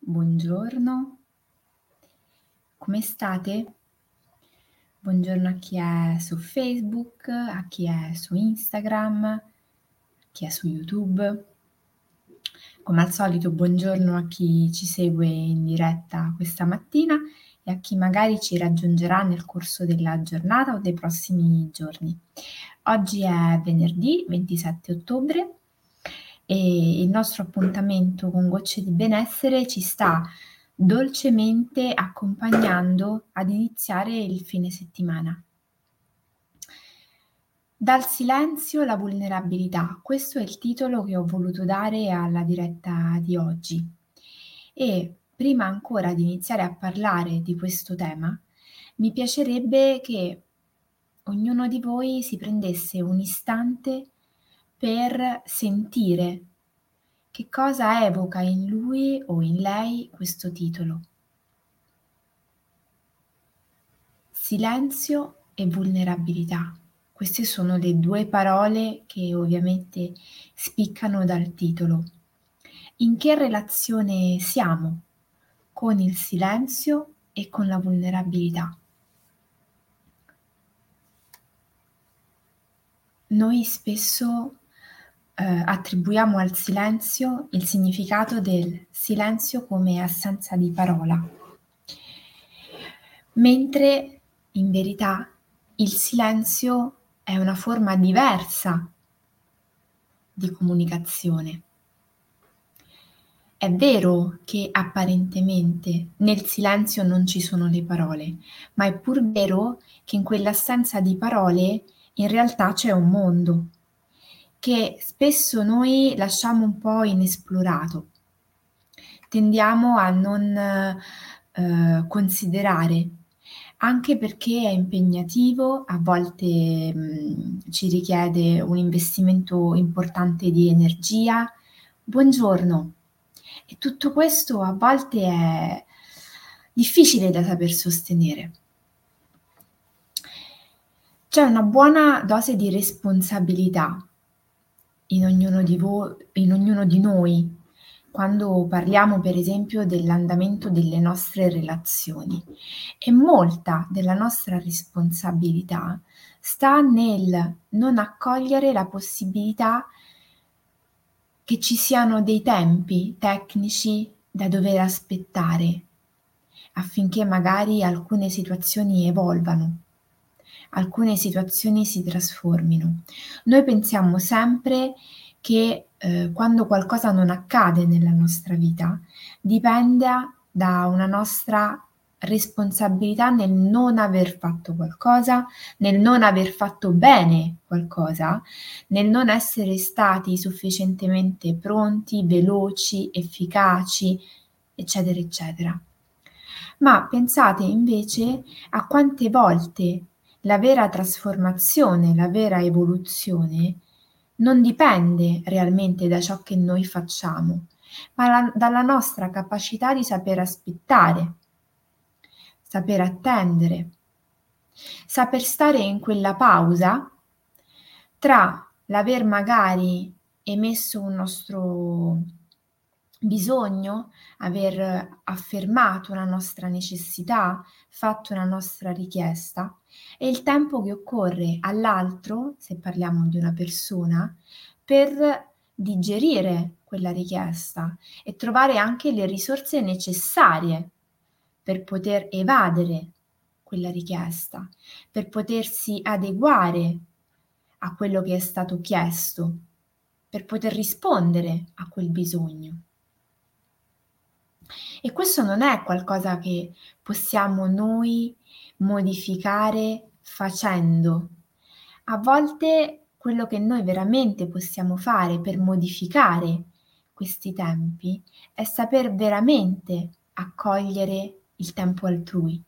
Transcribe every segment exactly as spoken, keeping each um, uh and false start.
Buongiorno. Come state? Buongiorno a chi è su Facebook, a chi è su Instagram, a chi è su YouTube. Come al solito buongiorno a chi ci segue in diretta questa mattina e a chi magari ci raggiungerà nel corso della giornata o dei prossimi giorni. Oggi è venerdì ventisette ottobre e il nostro appuntamento con Gocce di Benessere ci sta dolcemente accompagnando ad iniziare il fine settimana. Dal silenzio alla vulnerabilità, questo è il titolo che ho voluto dare alla diretta di oggi. E prima ancora di iniziare a parlare di questo tema, mi piacerebbe che ognuno di voi si prendesse un istante per sentire che cosa evoca in lui o in lei questo titolo. Silenzio e vulnerabilità. Queste sono le due parole che ovviamente spiccano dal titolo. In che relazione siamo con il silenzio e con la vulnerabilità? Noi spesso eh, attribuiamo al silenzio il significato del silenzio come assenza di parola, mentre in verità il silenzio è una forma diversa di comunicazione. È vero che apparentemente nel silenzio non ci sono le parole, ma è pur vero che in quell'assenza di parole in realtà c'è un mondo che spesso noi lasciamo un po' inesplorato. Tendiamo a non eh, considerare, anche perché è impegnativo, a volte mh, ci richiede un investimento importante di energia. Buongiorno. E tutto questo a volte è difficile da saper sostenere. C'è una buona dose di responsabilità in ognuno di vo- in ognuno di noi quando parliamo per esempio dell'andamento delle nostre relazioni, e molta della nostra responsabilità sta nel non accogliere la possibilità che ci siano dei tempi tecnici da dover aspettare affinché magari alcune situazioni evolvano, alcune situazioni si trasformino. Noi pensiamo sempre che eh, quando qualcosa non accade nella nostra vita dipenda da una nostra responsabilità nel non aver fatto qualcosa, nel non aver fatto bene qualcosa, nel non essere stati sufficientemente pronti, veloci, efficaci, eccetera, eccetera. Ma pensate invece a quante volte la vera trasformazione, la vera evoluzione non dipende realmente da ciò che noi facciamo, ma la- dalla nostra capacità di saper aspettare, saper attendere, saper stare in quella pausa tra l'aver magari emesso un nostro bisogno, aver affermato una nostra necessità, fatto una nostra richiesta, e il tempo che occorre all'altro, se parliamo di una persona, per digerire quella richiesta e trovare anche le risorse necessarie per poter evadere quella richiesta, per potersi adeguare a quello che è stato chiesto, per poter rispondere a quel bisogno. E questo non è qualcosa che possiamo noi modificare facendo. A volte quello che noi veramente possiamo fare per modificare questi tempi è saper veramente accogliere il tempo altrui,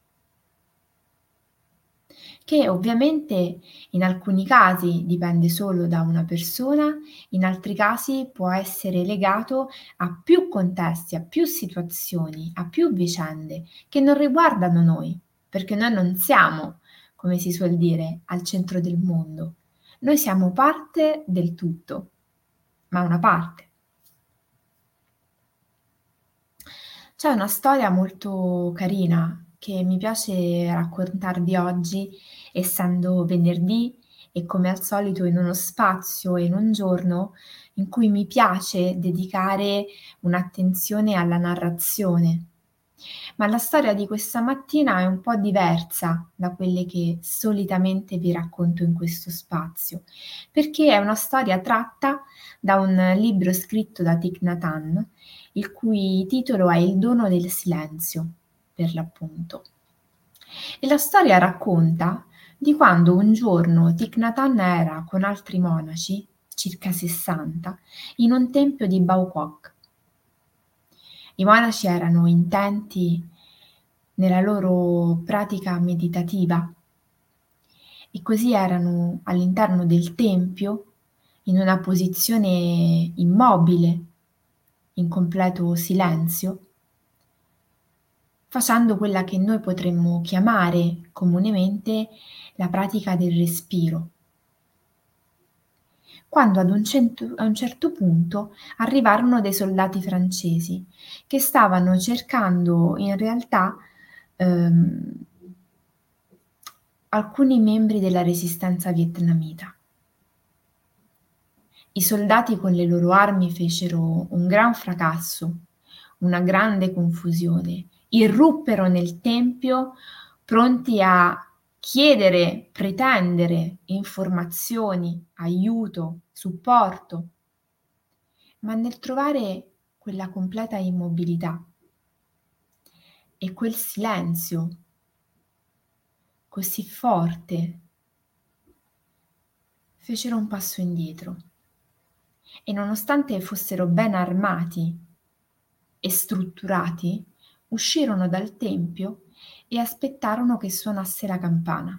che ovviamente in alcuni casi dipende solo da una persona, in altri casi può essere legato a più contesti, a più situazioni, a più vicende che non riguardano noi, perché noi non siamo, come si suol dire, al centro del mondo. Noi siamo parte del tutto, ma una parte. C'è una storia molto carina che mi piace raccontarvi oggi, essendo venerdì e come al solito in uno spazio e in un giorno in cui mi piace dedicare un'attenzione alla narrazione. Ma la storia di questa mattina è un po' diversa da quelle che solitamente vi racconto in questo spazio, perché è una storia tratta da un libro scritto da Thich Nhat Hanh, il cui titolo è Il dono del silenzio, per l'appunto. E la storia racconta di quando un giorno Thich Nhat Hanh era con altri monaci, circa sessanta, in un tempio di Bangkok. I monaci erano intenti nella loro pratica meditativa e così erano all'interno del tempio in una posizione immobile, in completo silenzio, facendo quella che noi potremmo chiamare comunemente la pratica del respiro. Quando ad un, cento, a un certo punto arrivarono dei soldati francesi che stavano cercando in realtà ehm, alcuni membri della resistenza vietnamita. I soldati con le loro armi fecero un gran fracasso, una grande confusione, irruppero nel tempio pronti a chiedere, pretendere informazioni, aiuto, supporto, ma nel trovare quella completa immobilità e quel silenzio così forte, fecero un passo indietro e nonostante fossero ben armati e strutturati, uscirono dal tempio e aspettarono che suonasse la campana.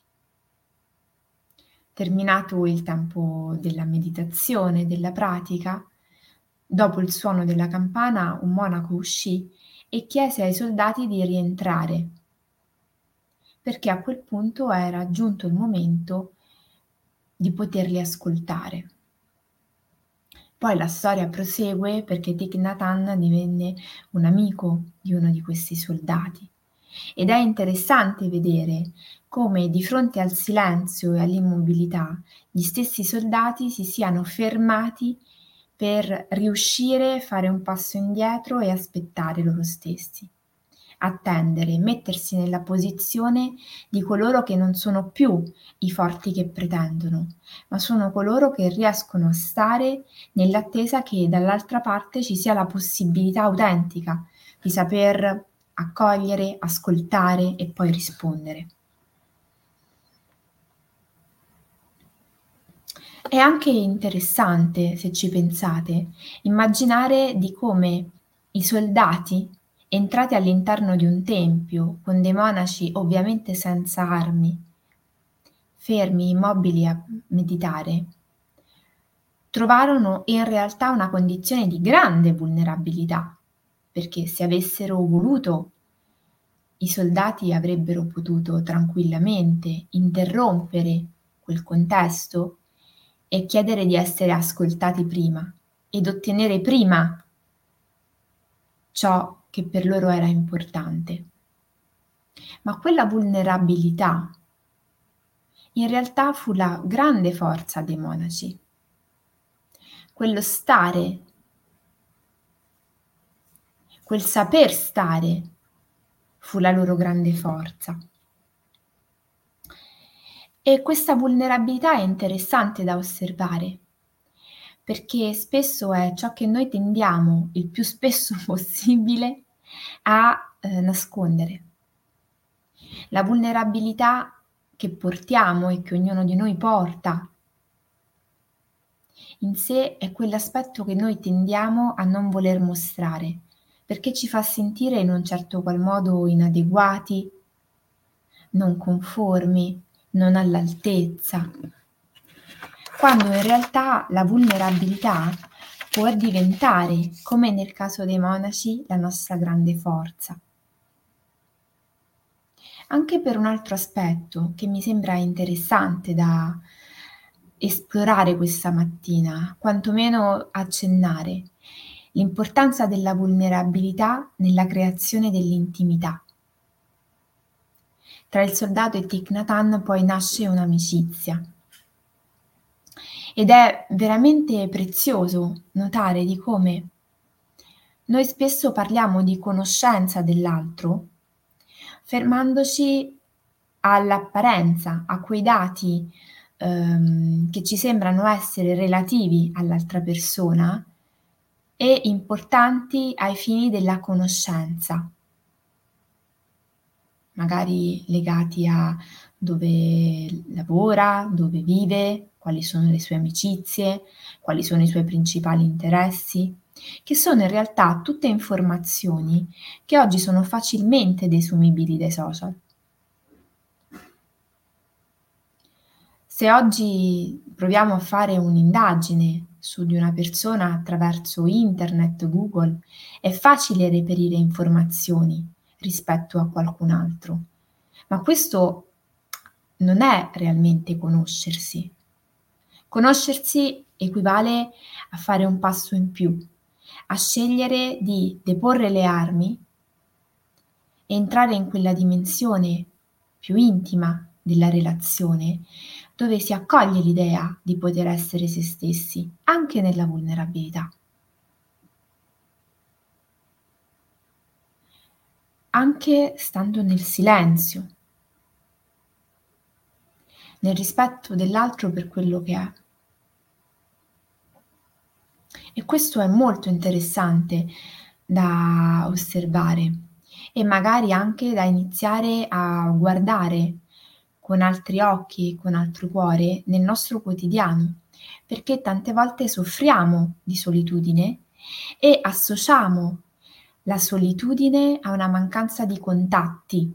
Terminato il tempo della meditazione, della pratica, dopo il suono della campana un monaco uscì e chiese ai soldati di rientrare, perché a quel punto era giunto il momento di poterli ascoltare. Poi la storia prosegue perché Thich Nhat Hanh divenne un amico di uno di questi soldati ed è interessante vedere come di fronte al silenzio e all'immobilità gli stessi soldati si siano fermati per riuscire a fare un passo indietro e aspettare loro stessi, attendere, mettersi nella posizione di coloro che non sono più i forti che pretendono, ma sono coloro che riescono a stare nell'attesa che dall'altra parte ci sia la possibilità autentica di saper accogliere, ascoltare e poi rispondere. È anche interessante, se ci pensate, immaginare di come i soldati, entrati all'interno di un tempio, con dei monaci ovviamente senza armi, fermi, immobili a meditare, trovarono in realtà una condizione di grande vulnerabilità, perché se avessero voluto i soldati avrebbero potuto tranquillamente interrompere quel contesto e chiedere di essere ascoltati prima ed ottenere prima ciò che per loro era importante. Ma quella vulnerabilità in realtà fu la grande forza dei monaci. Quello stare, quel saper stare fu la loro grande forza. E questa vulnerabilità è interessante da osservare, perché spesso è ciò che noi tendiamo il più spesso possibile a eh, nascondere. La vulnerabilità che portiamo e che ognuno di noi porta in sé è quell'aspetto che noi tendiamo a non voler mostrare, perché ci fa sentire in un certo qual modo inadeguati, non conformi, non all'altezza, quando in realtà la vulnerabilità può diventare, come nel caso dei monaci, la nostra grande forza. Anche per un altro aspetto che mi sembra interessante da esplorare questa mattina, quantomeno accennare, l'importanza della vulnerabilità nella creazione dell'intimità. Tra il soldato e Thich Nhat Hanh poi nasce un'amicizia. Ed è veramente prezioso notare di come noi spesso parliamo di conoscenza dell'altro, fermandoci all'apparenza, a quei dati ehm, che ci sembrano essere relativi all'altra persona e importanti ai fini della conoscenza, magari legati a dove lavora, dove vive, quali sono le sue amicizie, quali sono i suoi principali interessi, che sono in realtà tutte informazioni che oggi sono facilmente desumibili dai social. Se oggi proviamo a fare un'indagine su di una persona attraverso internet, Google, è facile reperire informazioni rispetto a qualcun altro, ma questo non è realmente conoscersi. Conoscersi equivale a fare un passo in più, a scegliere di deporre le armi e entrare in quella dimensione più intima della relazione, dove si accoglie l'idea di poter essere se stessi, anche nella vulnerabilità. Anche stando nel silenzio, nel rispetto dell'altro per quello che è. E questo è molto interessante da osservare e magari anche da iniziare a guardare con altri occhi, con altro cuore nel nostro quotidiano, perché tante volte soffriamo di solitudine e associamo la solitudine a una mancanza di contatti,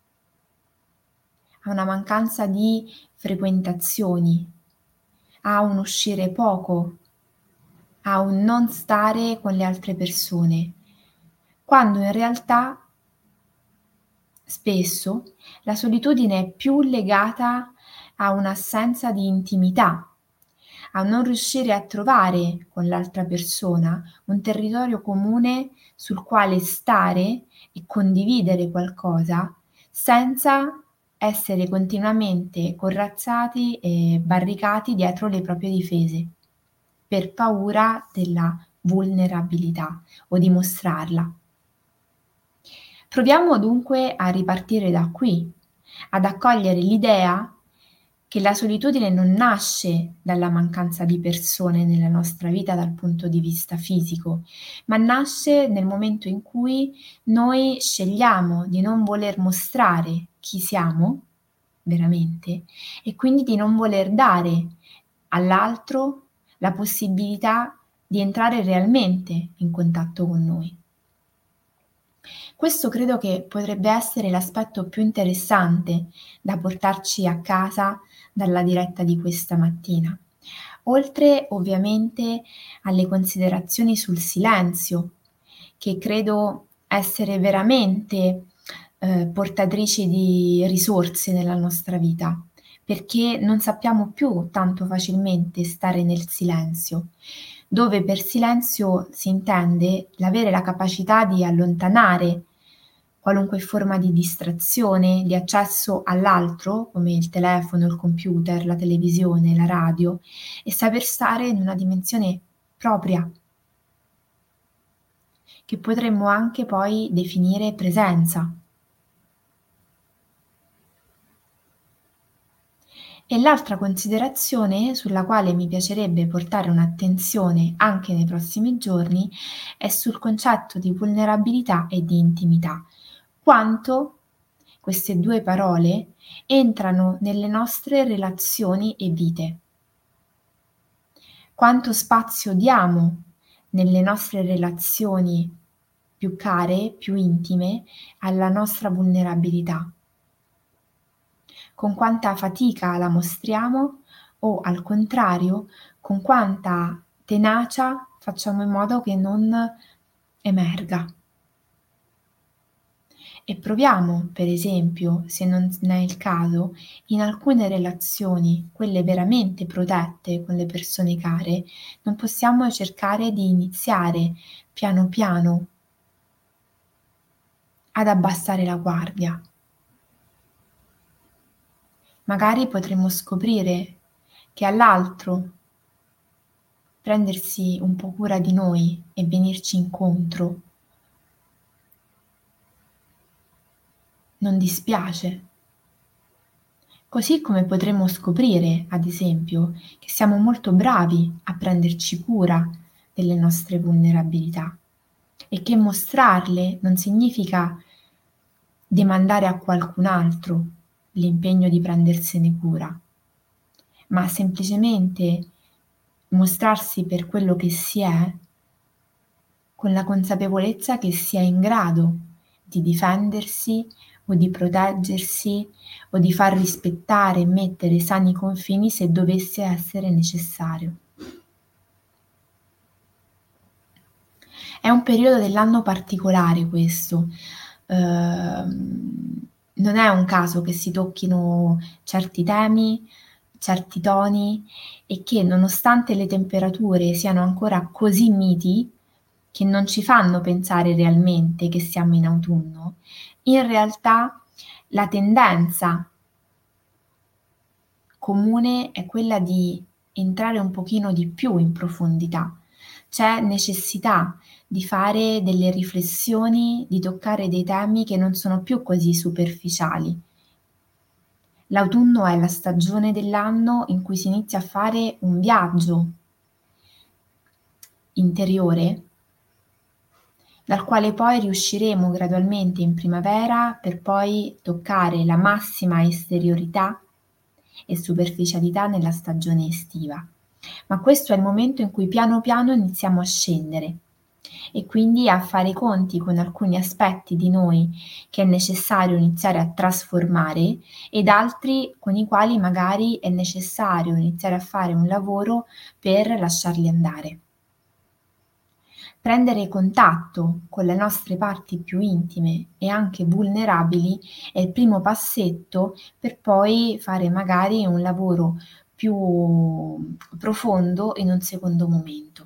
a una mancanza di frequentazioni, a un uscire poco, a un non stare con le altre persone, quando in realtà spesso la solitudine è più legata a un'assenza di intimità, a non riuscire a trovare con l'altra persona un territorio comune sul quale stare e condividere qualcosa senza essere continuamente corazzati e barricati dietro le proprie difese, per paura della vulnerabilità o di mostrarla. Proviamo dunque a ripartire da qui, ad accogliere l'idea che la solitudine non nasce dalla mancanza di persone nella nostra vita dal punto di vista fisico, ma nasce nel momento in cui noi scegliamo di non voler mostrare chi siamo veramente e quindi di non voler dare all'altro la possibilità di entrare realmente in contatto con noi. Questo credo che potrebbe essere l'aspetto più interessante da portarci a casa dalla diretta di questa mattina. Oltre ovviamente alle considerazioni sul silenzio, che credo essere veramente eh, portatrici di risorse nella nostra vita, perché non sappiamo più tanto facilmente stare nel silenzio, dove per silenzio si intende l'avere la capacità di allontanare qualunque forma di distrazione, di accesso all'altro, come il telefono, il computer, la televisione, la radio, e saper stare in una dimensione propria, che potremmo anche poi definire presenza. E l'altra considerazione sulla quale mi piacerebbe portare un'attenzione anche nei prossimi giorni è sul concetto di vulnerabilità e di intimità. Quanto queste due parole entrano nelle nostre relazioni e vite. Quanto spazio diamo nelle nostre relazioni più care, più intime, alla nostra vulnerabilità. Con quanta fatica la mostriamo o, al contrario, con quanta tenacia facciamo in modo che non emerga. E proviamo, per esempio, se non s ne è il caso, in alcune relazioni, quelle veramente protette con le persone care, non possiamo cercare di iniziare piano piano ad abbassare la guardia. Magari potremmo scoprire che all'altro prendersi un po' cura di noi e venirci incontro non dispiace. Così come potremmo scoprire, ad esempio, che siamo molto bravi a prenderci cura delle nostre vulnerabilità e che mostrarle non significa demandare a qualcun altro l'impegno di prendersene cura, ma semplicemente mostrarsi per quello che si è, con la consapevolezza che si è in grado di difendersi o di proteggersi o di far rispettare e mettere sani confini se dovesse essere necessario. È un periodo dell'anno particolare questo. Uhm, non è un caso che si tocchino certi temi, certi toni e che nonostante le temperature siano ancora così miti, che non ci fanno pensare realmente che siamo in autunno, in realtà la tendenza comune è quella di entrare un pochino di più in profondità. C'è necessità di fare delle riflessioni, di toccare dei temi che non sono più così superficiali. L'autunno è la stagione dell'anno in cui si inizia a fare un viaggio interiore, dal quale poi riusciremo gradualmente in primavera per poi toccare la massima esteriorità e superficialità nella stagione estiva. Ma questo è il momento in cui piano piano iniziamo a scendere e quindi a fare i conti con alcuni aspetti di noi che è necessario iniziare a trasformare ed altri con i quali magari è necessario iniziare a fare un lavoro per lasciarli andare. Prendere contatto con le nostre parti più intime e anche vulnerabili è il primo passetto per poi fare magari un lavoro più profondo in un secondo momento.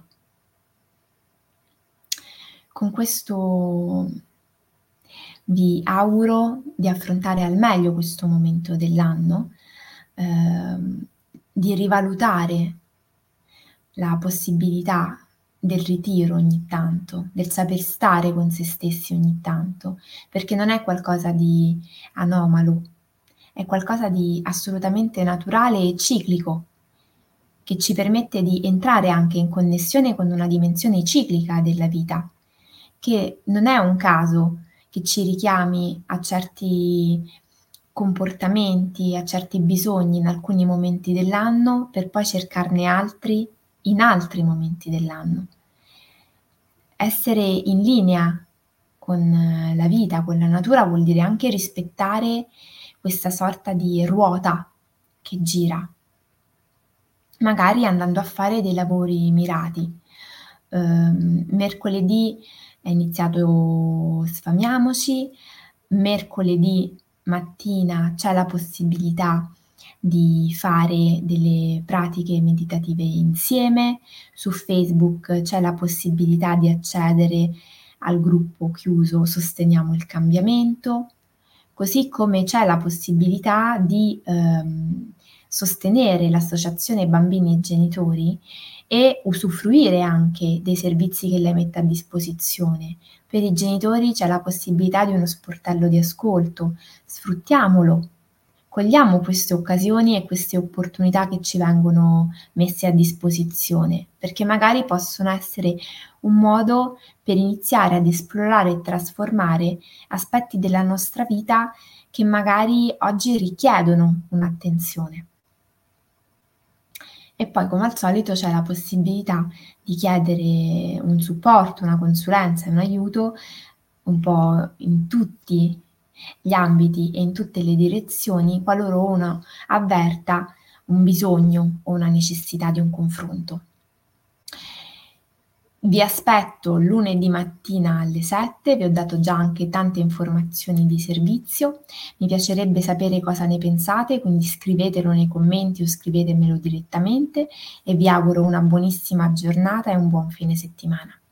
Con questo vi auguro di affrontare al meglio questo momento dell'anno, ehm, di rivalutare la possibilità del ritiro ogni tanto, del saper stare con se stessi ogni tanto, perché non è qualcosa di anomalo, è qualcosa di assolutamente naturale e ciclico, che ci permette di entrare anche in connessione con una dimensione ciclica della vita, che non è un caso che ci richiami a certi comportamenti, a certi bisogni in alcuni momenti dell'anno, per poi cercarne altri in altri momenti dell'anno. Essere in linea con la vita, con la natura, vuol dire anche rispettare questa sorta di ruota che gira, magari andando a fare dei lavori mirati. Uhm, mercoledì è iniziato Sfamiamoci, mercoledì mattina c'è la possibilità di fare delle pratiche meditative insieme, su Facebook c'è la possibilità di accedere al gruppo chiuso Sosteniamo il cambiamento, così come c'è la possibilità di, ehm, sostenere l'associazione Bambini e Genitori e usufruire anche dei servizi che lei mette a disposizione. Per i genitori c'è la possibilità di uno sportello di ascolto, sfruttiamolo, cogliamo queste occasioni e queste opportunità che ci vengono messe a disposizione, perché magari possono essere un modo per iniziare ad esplorare e trasformare aspetti della nostra vita che magari oggi richiedono un'attenzione. E poi come al solito c'è la possibilità di chiedere un supporto, una consulenza, un aiuto un po' in tutti gli ambiti e in tutte le direzioni qualora uno avverta un bisogno o una necessità di un confronto. Vi aspetto lunedì mattina alle sette, vi ho dato già anche tante informazioni di servizio. Mi piacerebbe sapere cosa ne pensate, quindi scrivetelo nei commenti o scrivetemelo direttamente e vi auguro una buonissima giornata e un buon fine settimana.